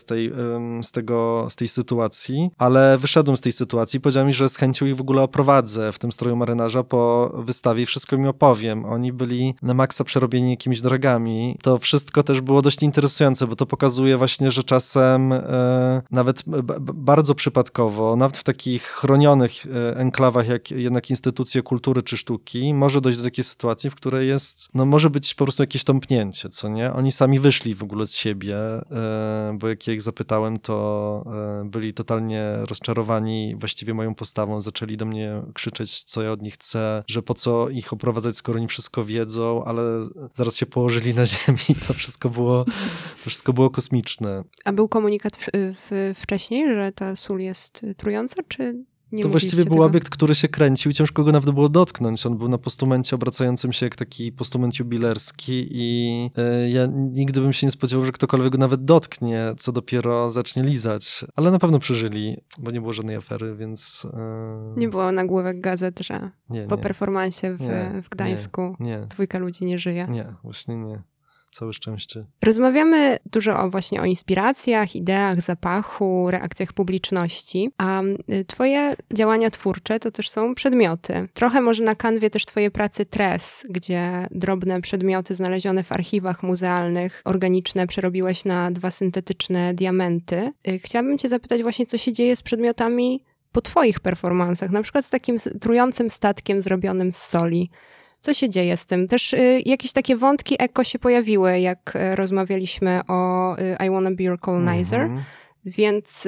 z tej sytuacji, ale wyszedłem z tej sytuacji i powiedziałem mi, że z chęcią ich w ogóle oprowadzę w tym stroju marynarza po wystawie i wszystko im opowiem. Oni byli na maksa przerobieni jakimiś drogami. To wszystko też było dość interesujące, bo to pokazuje właśnie, że czasem nawet bardzo przypadkowo, nawet w takich chronionych enklawach, jak jednak instytucje kultury czy sztuki, może dojść do takiej sytuacji, w której może być po prostu jakieś tąpnięcie, co nie? Oni sami wyszli w ogóle z siebie, bo jak ja ich zapytałem, to byli totalnie rozczarowani właściwie moją postawą, zaczęli do mnie krzyczeć, co ja od nich chcę, że po co ich oprowadzać, skoro oni wszystko wiedzą, ale zaraz się położyli na ziemi, to wszystko było kosmiczne. A był komunikat wcześniej, że ta sól jest trująca, czy... To właściwie był obiekt, który się kręcił i ciężko go nawet było dotknąć. On był na postumencie obracającym się jak taki postument jubilerski i ja nigdy bym się nie spodziewał, że ktokolwiek go nawet dotknie, co dopiero zacznie lizać. Ale na pewno przeżyli, bo nie było żadnej afery, więc... Nie było nagłówek gazet, że po performansie w Gdańsku 2 ludzi nie żyje. Nie, właśnie nie. Całe szczęście. Rozmawiamy dużo właśnie o inspiracjach, ideach, zapachu, reakcjach publiczności, a twoje działania twórcze to też są przedmioty. Trochę może na kanwie też twoje pracy Tres, gdzie drobne przedmioty znalezione w archiwach muzealnych, organiczne, przerobiłeś na 2 syntetyczne diamenty. Chciałabym cię zapytać właśnie, co się dzieje z przedmiotami po twoich performansach, na przykład z takim trującym statkiem zrobionym z soli. Co się dzieje z tym? Też jakieś takie wątki eko się pojawiły, jak rozmawialiśmy o I Wanna Be Your Colonizer, więc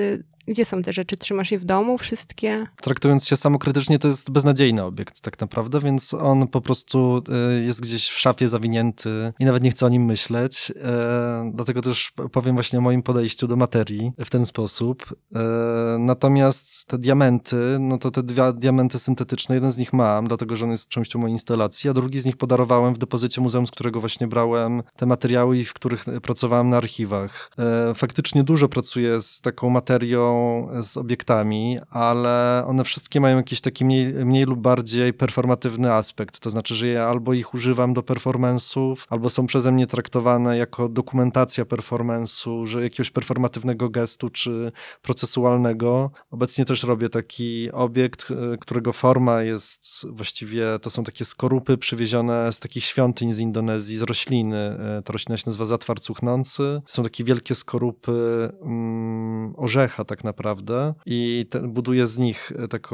Gdzie są te rzeczy? Trzymasz je w domu wszystkie? Traktując się samokrytycznie, to jest beznadziejny obiekt tak naprawdę, więc on po prostu jest gdzieś w szafie zawinięty i nawet nie chcę o nim myśleć. Dlatego też powiem właśnie o moim podejściu do materii w ten sposób. Natomiast te diamenty, no to te dwa diamenty syntetyczne, jeden z nich mam, dlatego że on jest częścią mojej instalacji, a drugi z nich podarowałem w depozycie muzeum, z którego właśnie brałem te materiały i w których pracowałem na archiwach. Faktycznie dużo pracuję z taką materią, z obiektami, ale one wszystkie mają jakiś taki mniej lub bardziej performatywny aspekt. To znaczy, że ja albo ich używam do performance'ów, albo są przeze mnie traktowane jako dokumentacja performance'u, że jakiegoś performatywnego gestu czy procesualnego. Obecnie też robię taki obiekt, którego forma jest właściwie, to są takie skorupy przywiezione z takich świątyń z Indonezji, z rośliny. Ta roślina się nazywa zatwar cuchnący. Są takie wielkie skorupy orzecha tak naprawdę i buduję z nich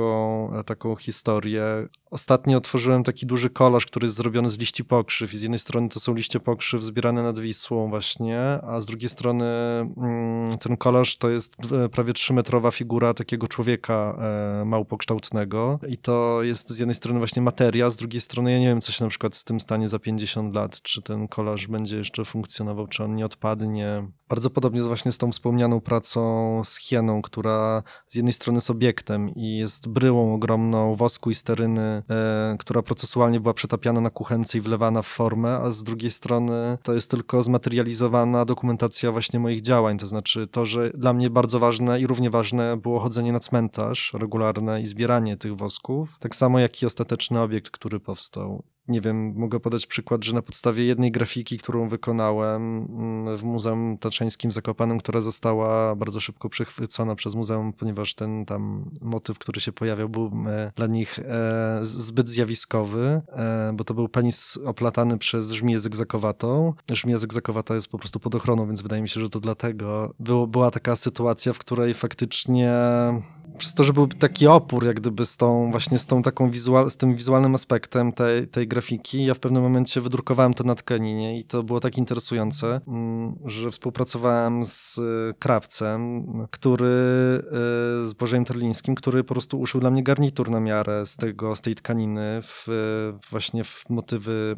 taką historię. Ostatnio otworzyłem taki duży kolaż, który jest zrobiony z liści pokrzyw i z jednej strony to są liście pokrzyw zbierane nad Wisłą właśnie, a z drugiej strony ten kolaż to jest prawie 3-metrowa figura takiego człowieka małpokształtnego i to jest z jednej strony właśnie materia, z drugiej strony ja nie wiem, co się na przykład z tym stanie za 50 lat, czy ten kolaż będzie jeszcze funkcjonował, czy on nie odpadnie. Bardzo podobnie właśnie z tą wspomnianą pracą z hieną, która z jednej strony jest obiektem i jest bryłą ogromną wosku i steryny, która procesualnie była przetapiana na kuchence i wlewana w formę, a z drugiej strony to jest tylko zmaterializowana dokumentacja właśnie moich działań, to znaczy to, że dla mnie bardzo ważne i równie ważne było chodzenie na cmentarz regularne i zbieranie tych wosków, tak samo jak i ostateczny obiekt, który powstał. Nie wiem, mogę podać przykład, że na podstawie jednej grafiki, którą wykonałem w Muzeum Tatrzańskim w Zakopanem, która została bardzo szybko przechwycona przez muzeum, ponieważ ten tam motyw, który się pojawiał, był dla nich zbyt zjawiskowy, bo to był penis oplatany przez żmiję zygzakowatą. Żmija zygzakowata jest po prostu pod ochroną, więc wydaje mi się, że to dlatego była taka sytuacja, w której faktycznie przez to, że był taki opór jak gdyby z tym wizualnym aspektem tej grafiki, ja w pewnym momencie wydrukowałem to na tkaninie i to było tak interesujące, że współpracowałem z krawcem, z Bożejem Terlińskim, który po prostu uszył dla mnie garnitur na miarę z tej tkaniny właśnie w motywy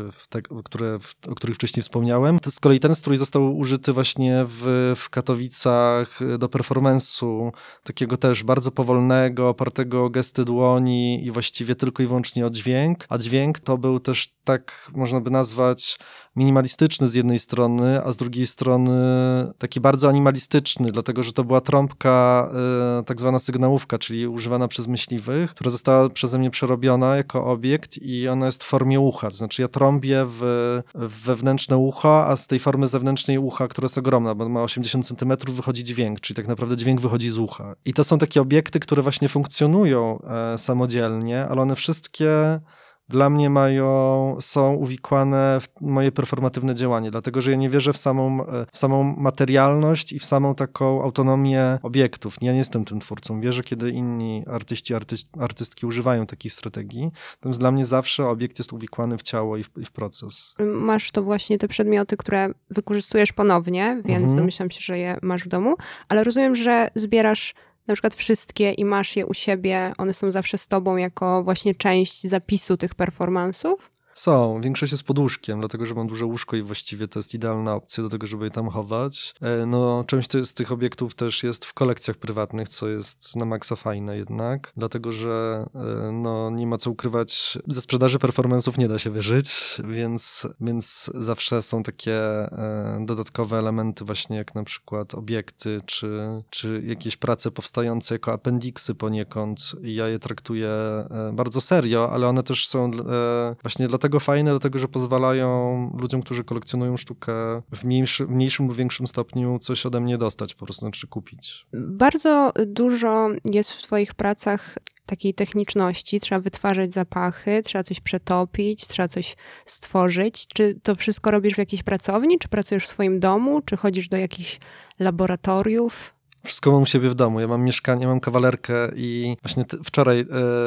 o których wcześniej wspomniałem. To z kolei ten strój został użyty właśnie w Katowicach do performance'u, takiego też bardzo powolnego, opartego o gesty dłoni i właściwie tylko i wyłącznie o dźwięk, a dźwięk to był też tak, można by nazwać, minimalistyczny z jednej strony, a z drugiej strony taki bardzo animalistyczny, dlatego że to była trąbka, tak zwana sygnałówka, czyli używana przez myśliwych, która została przeze mnie przerobiona jako obiekt i ona jest w formie ucha, to znaczy ja trąbię w wewnętrzne ucho, a z tej formy zewnętrznej ucha, która jest ogromna, bo ma 80 cm, wychodzi dźwięk, czyli tak naprawdę dźwięk wychodzi z ucha. I to są takie obiekty, które właśnie funkcjonują samodzielnie, ale one wszystkie dla mnie są uwikłane w moje performatywne działanie, dlatego że ja nie wierzę w samą materialność i w samą taką autonomię obiektów. Ja nie jestem tym twórcą. Wierzę, kiedy inni artystki używają takich strategii. Natomiast dla mnie zawsze obiekt jest uwikłany w ciało i w proces. Masz to właśnie te przedmioty, które wykorzystujesz ponownie, więc domyślam się, że je masz w domu, ale rozumiem, że zbierasz na przykład wszystkie i masz je u siebie, one są zawsze z tobą jako właśnie część zapisu tych performansów? Są. Większość jest pod łóżkiem, dlatego że mam duże łóżko i właściwie to jest idealna opcja do tego, żeby je tam chować. No, część z tych obiektów też jest w kolekcjach prywatnych, co jest na maksa fajne jednak, dlatego że no, nie ma co ukrywać, ze sprzedaży performance'ów nie da się wyżyć, więc zawsze są takie dodatkowe elementy właśnie jak na przykład obiekty, czy jakieś prace powstające jako appendiksy poniekąd. I ja je traktuję bardzo serio, ale one też są właśnie dlatego fajne, dlatego że pozwalają ludziom, którzy kolekcjonują sztukę w mniejszym lub większym stopniu coś ode mnie dostać, po prostu, znaczy kupić. Bardzo dużo jest w twoich pracach takiej techniczności. Trzeba wytwarzać zapachy, trzeba coś przetopić, trzeba coś stworzyć. Czy to wszystko robisz w jakiejś pracowni, czy pracujesz w swoim domu, czy chodzisz do jakichś laboratoriów? Wszystko mam u siebie w domu. Ja mam mieszkanie, mam kawalerkę i właśnie wczoraj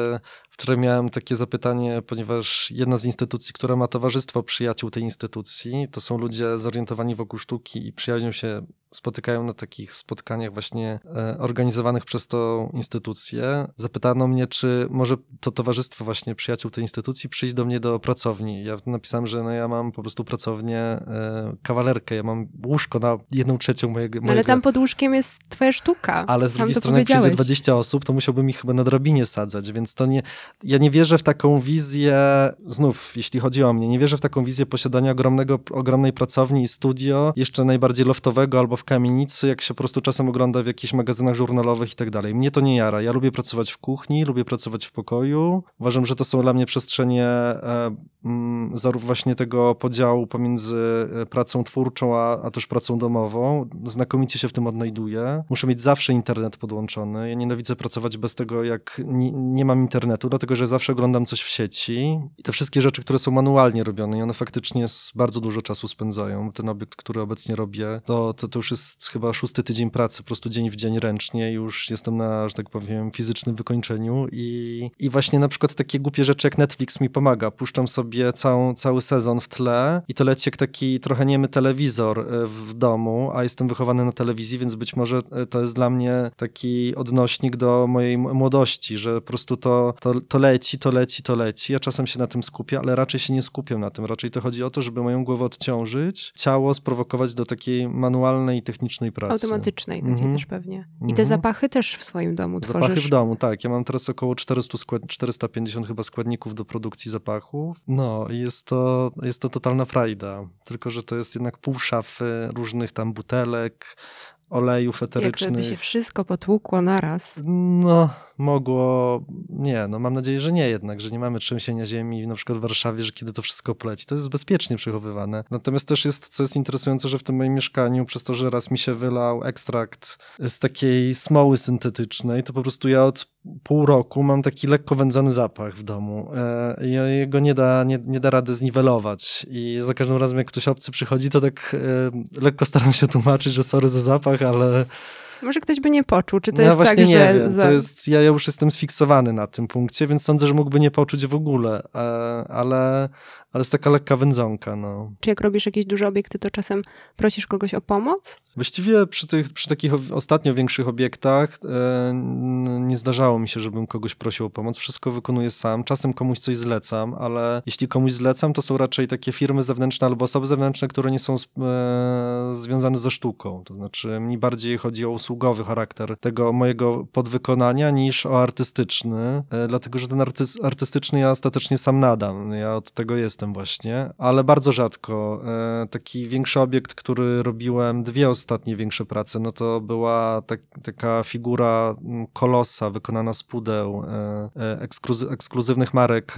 miałem takie zapytanie, ponieważ jedna z instytucji, która ma towarzystwo przyjaciół tej instytucji, to są ludzie zorientowani wokół sztuki i przyjaźnią się spotykają na takich spotkaniach właśnie organizowanych przez tą instytucję. Zapytano mnie, czy może to towarzystwo właśnie przyjaciół tej instytucji przyjść do mnie do pracowni. Ja napisałem, że no ja mam po prostu pracownię, kawalerkę, ja mam łóżko na 1/3 mojego... Ale tam pod łóżkiem jest twoja sztuka. Ale z drugiej strony, jak przyjdzie 20 osób, to musiałbym ich chyba na drabinie sadzać, więc to nie... Ja nie wierzę w taką wizję, znów, jeśli chodzi o mnie, nie wierzę w taką wizję posiadania ogromnej pracowni i studio, jeszcze najbardziej loftowego albo w kamienicy, jak się po prostu czasem ogląda w jakichś magazynach żurnalowych i tak dalej. Mnie to nie jara. Ja lubię pracować w kuchni, lubię pracować w pokoju. Uważam, że to są dla mnie przestrzenie właśnie tego podziału pomiędzy pracą twórczą, a też pracą domową. Znakomicie się w tym odnajduję. Muszę mieć zawsze internet podłączony. Ja nienawidzę pracować bez tego, jak nie mam internetu, dlatego że zawsze oglądam coś w sieci. I te wszystkie rzeczy, które są manualnie robione i one faktycznie bardzo dużo czasu spędzają. Ten obiekt, który obecnie robię, to już jest chyba 6. tydzień pracy, po prostu dzień w dzień ręcznie. Już jestem na, że tak powiem, fizycznym wykończeniu i właśnie na przykład takie głupie rzeczy jak Netflix mi pomaga. Puszczam sobie cały sezon w tle i to leci jak taki trochę niemy telewizor w domu, a jestem wychowany na telewizji, więc być może to jest dla mnie taki odnośnik do mojej młodości, że po prostu to leci. Ja czasem się na tym skupię, ale raczej się nie skupiam na tym. Raczej to chodzi o to, żeby moją głowę odciążyć, ciało sprowokować do takiej manualnej, technicznej pracy. Automatycznej takiej też pewnie. I te zapachy też w swoim domu tworzysz? Zapachy w domu, tak. Ja mam teraz około 450 chyba składników do produkcji zapachów. No i jest to totalna frajda. Tylko że to jest jednak pół szafy różnych tam butelek, olejów eterycznych. Jak żeby się wszystko potłukło naraz. No, mogło... Nie, no mam nadzieję, że nie jednak, że nie mamy trzęsienia ziemi na przykład w Warszawie, że kiedy to wszystko poleci, to jest bezpiecznie przechowywane. Natomiast też co jest interesujące, że w tym moim mieszkaniu, przez to, że raz mi się wylał ekstrakt z takiej smoły syntetycznej, to po prostu ja od pół roku mam taki lekko wędzony zapach w domu. Jego nie da rady zniwelować. I za każdym razem, jak ktoś obcy przychodzi, to tak lekko staram się tłumaczyć, że sorry za zapach, ale... Może ktoś by nie poczuł, czy to ja jest właśnie tak, nie że... wiem. To jest, ja już jestem sfiksowany na tym punkcie, więc sądzę, że mógłby nie poczuć w ogóle, ale jest taka lekka wędzonka, no. Czy jak robisz jakieś duże obiekty, to czasem prosisz kogoś o pomoc? Właściwie przy takich ostatnio większych obiektach nie zdarzało mi się, żebym kogoś prosił o pomoc. Wszystko wykonuję sam. Czasem komuś coś zlecam, ale jeśli komuś zlecam, to są raczej takie firmy zewnętrzne albo osoby zewnętrzne, które nie są związane ze sztuką. To znaczy mi bardziej chodzi o usługowy charakter tego mojego podwykonania niż o artystyczny, dlatego że ten artystyczny ja ostatecznie sam nadam. Ja od tego jestem właśnie, ale bardzo rzadko. Taki większy obiekt, który robiłem, 2 ostatnie większe prace, no to była taka figura kolosa wykonana z pudeł ekskluzywnych marek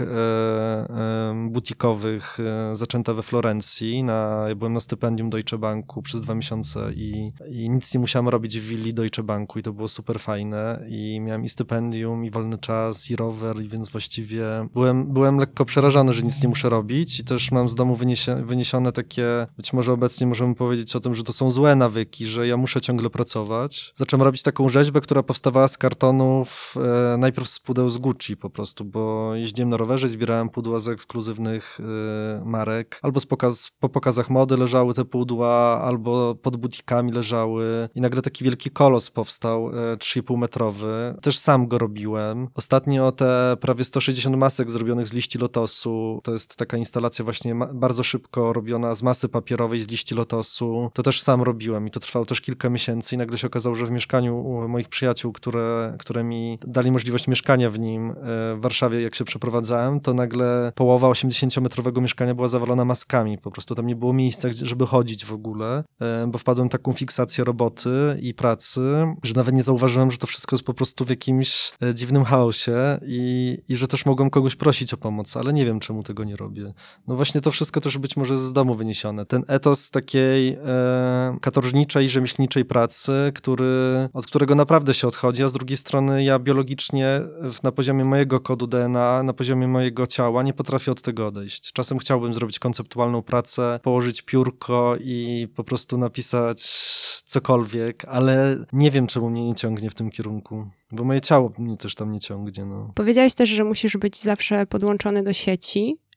butikowych, zaczęta we Florencji. Ja byłem na stypendium Deutsche Banku przez 2 miesiące i nic nie musiałem robić w willi Deutsche Banku i to było super fajne i miałem i stypendium, i wolny czas, i rower, i więc właściwie byłem lekko przerażony, że nic nie muszę robić i też mam z domu wyniesione takie, być może obecnie możemy powiedzieć o tym, że to są złe nawyki, że ja muszę ciągle pracować. Zacząłem robić taką rzeźbę, która powstawała z kartonów, najpierw z pudeł z Gucci po prostu, bo jeździłem na rowerze, zbierałem pudła z ekskluzywnych marek, albo po pokazach mody leżały te pudła, albo pod butikami leżały i nagle taki wielki kolos powstał, 3,5 metrowy. Też sam go robiłem. Ostatnio te prawie 160 masek zrobionych z liści lotosu, to jest taka instalacja właśnie bardzo szybko robiona z masy papierowej z liści lotosu. To też sam robiłem i to trwało też kilka miesięcy i nagle się okazało, że w mieszkaniu u moich przyjaciół, które mi dali możliwość mieszkania w nim w Warszawie, jak się przeprowadzałem, to nagle połowa 80-metrowego mieszkania była zawalona maskami. Po prostu tam nie było miejsca, żeby chodzić w ogóle, bo wpadłem w taką fiksację roboty i pracy, że nawet nie zauważyłem, że to wszystko jest po prostu w jakimś dziwnym chaosie i że też mogłem kogoś prosić o pomoc, ale nie wiem, czemu tego nie robię. No właśnie to wszystko też być może z domu wyniesione. Ten etos takiej katorżniczej, rzemieślniczej pracy, od którego naprawdę się odchodzi, a z drugiej strony ja biologicznie na poziomie mojego kodu DNA, na poziomie mojego ciała nie potrafię od tego odejść. Czasem chciałbym zrobić konceptualną pracę, położyć piórko i po prostu napisać cokolwiek, ale nie wiem, czemu mnie nie ciągnie w tym kierunku. Bo moje ciało mnie też tam nie ciągnie. No. Powiedziałeś też, że musisz być zawsze podłączony do sieci.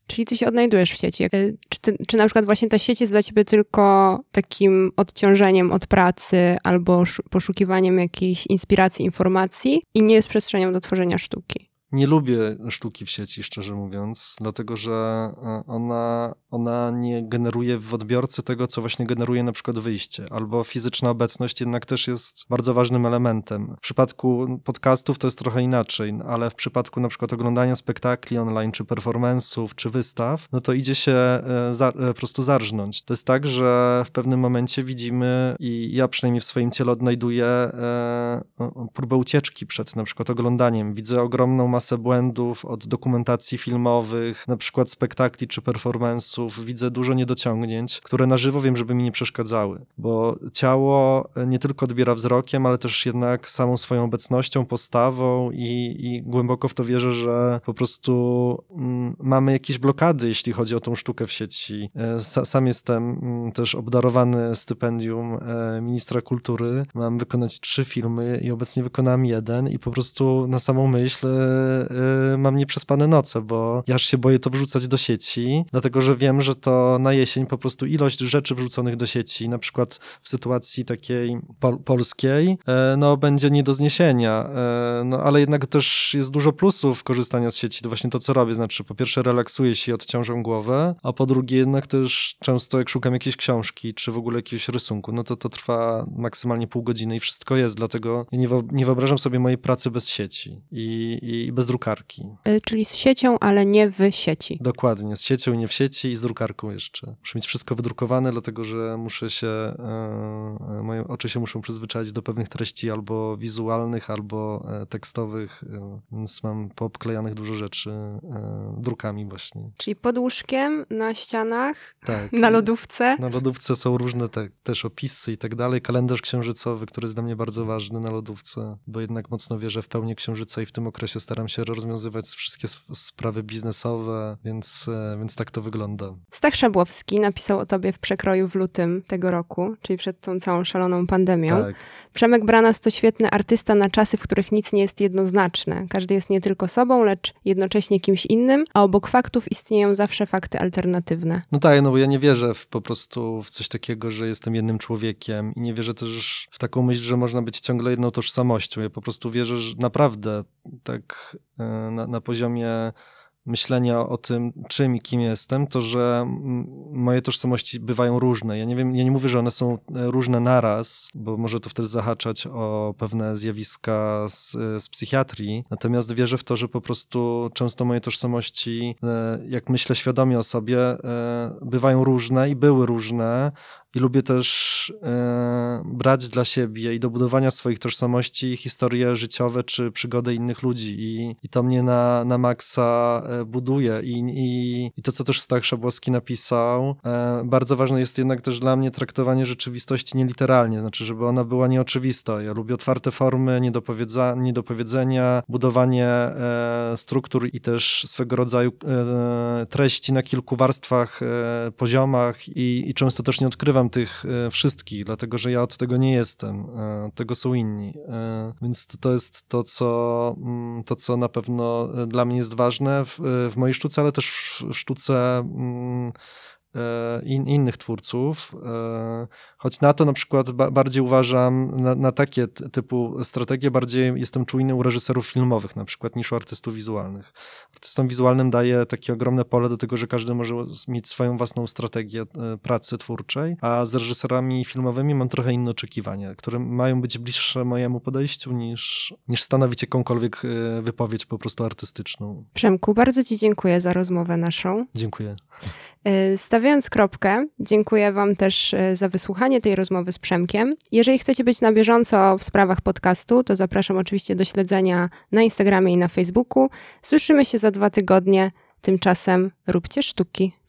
Czyli ty się odnajdujesz w sieci. Czy na przykład właśnie ta sieć jest dla ciebie tylko takim odciążeniem od pracy albo poszukiwaniem jakiejś inspiracji, informacji i nie jest przestrzenią do tworzenia sztuki? Nie lubię sztuki w sieci, szczerze mówiąc, dlatego że ona nie generuje w odbiorcy tego, co właśnie generuje na przykład wyjście, albo fizyczna obecność jednak też jest bardzo ważnym elementem. W przypadku podcastów to jest trochę inaczej, ale w przypadku na przykład oglądania spektakli online, czy performance'ów, czy wystaw, no to idzie się po prostu zarżnąć. To jest tak, że w pewnym momencie widzimy i ja przynajmniej w swoim ciele odnajduję próbę ucieczki przed na przykład oglądaniem. Widzę ogromną masę błędów od dokumentacji filmowych, na przykład spektakli czy performance'ów. Widzę dużo niedociągnięć, które na żywo wiem, żeby mi nie przeszkadzały, bo ciało nie tylko odbiera wzrokiem, ale też jednak samą swoją obecnością, postawą i głęboko w to wierzę, że po prostu mamy jakieś blokady, jeśli chodzi o tą sztukę w sieci. Sam jestem też obdarowany stypendium ministra kultury. Mam wykonać 3 filmy i obecnie wykonałem 1 i po prostu na samą myśl mam nieprzespane noce, bo ja aż się boję to wrzucać do sieci, dlatego że wiem, że to na jesień po prostu ilość rzeczy wrzuconych do sieci, na przykład w sytuacji takiej polskiej, no będzie nie do zniesienia. No ale jednak też jest dużo plusów korzystania z sieci, to właśnie to, co robię, znaczy po pierwsze relaksuję się i odciążam głowę, a po drugie jednak też często jak szukam jakiejś książki, czy w ogóle jakiegoś rysunku, no to trwa maksymalnie pół godziny i wszystko jest, dlatego ja nie wyobrażam sobie mojej pracy bez sieci i bez drukarki. Czyli z siecią, ale nie w sieci. Dokładnie, z siecią i nie w sieci i z drukarką jeszcze. Muszę mieć wszystko wydrukowane, dlatego że moje oczy się muszą przyzwyczaić do pewnych treści albo wizualnych, albo tekstowych, więc mam poobklejanych dużo rzeczy drukami właśnie. Czyli pod łóżkiem, na ścianach, tak. Na lodówce? Na lodówce są różne też opisy i tak dalej. Kalendarz księżycowy, który jest dla mnie bardzo ważny na lodówce, bo jednak mocno wierzę w pełnię księżyca i w tym okresie staram się rozwiązywać wszystkie sprawy biznesowe, więc tak to wygląda. Stach Szabłowski napisał o tobie w Przekroju w lutym tego roku, czyli przed tą całą szaloną pandemią. Tak. Przemek Branas to świetny artysta na czasy, w których nic nie jest jednoznaczne. Każdy jest nie tylko sobą, lecz jednocześnie kimś innym, a obok faktów istnieją zawsze fakty alternatywne. No tak, no bo ja nie wierzę po prostu w coś takiego, że jestem jednym człowiekiem i nie wierzę też w taką myśl, że można być ciągle jedną tożsamością. Ja po prostu wierzę, że naprawdę tak na poziomie myślenia o tym, czym i kim jestem, to, że moje tożsamości bywają różne. Ja nie mówię, że one są różne naraz, bo może to wtedy zahaczać o pewne zjawiska z psychiatrii, natomiast wierzę w to, że po prostu często moje tożsamości, jak myślę świadomie o sobie, bywają różne i były różne. I lubię też brać dla siebie i do budowania swoich tożsamości historie życiowe czy przygody innych ludzi. I to mnie na maksa buduje. I to, co też Stach Szabłowski napisał, bardzo ważne jest jednak też dla mnie traktowanie rzeczywistości nieliteralnie, znaczy, żeby ona była nieoczywista. Ja lubię otwarte formy, niedopowiedzenia, budowanie struktur i też swego rodzaju treści na kilku warstwach, poziomach i często też nie odkrywam tych wszystkich, dlatego że ja od tego nie jestem, od tego są inni. Więc to jest to, co na pewno dla mnie jest ważne w mojej sztuce, ale też w sztuce innych twórców, choć na to na przykład bardziej uważam, na takie typu strategie bardziej jestem czujny u reżyserów filmowych na przykład niż u artystów wizualnych. Artystom wizualnym daje takie ogromne pole do tego, że każdy może mieć swoją własną strategię pracy twórczej, a z reżyserami filmowymi mam trochę inne oczekiwania, które mają być bliższe mojemu podejściu niż stanowić jakąkolwiek wypowiedź po prostu artystyczną. Przemku, bardzo ci dziękuję za rozmowę naszą. Dziękuję. Stawiając kropkę, dziękuję wam też za wysłuchanie tej rozmowy z Przemkiem. Jeżeli chcecie być na bieżąco w sprawach podcastu, to zapraszam oczywiście do śledzenia na Instagramie i na Facebooku. Słyszymy się za 2 tygodnie. Tymczasem róbcie sztuki.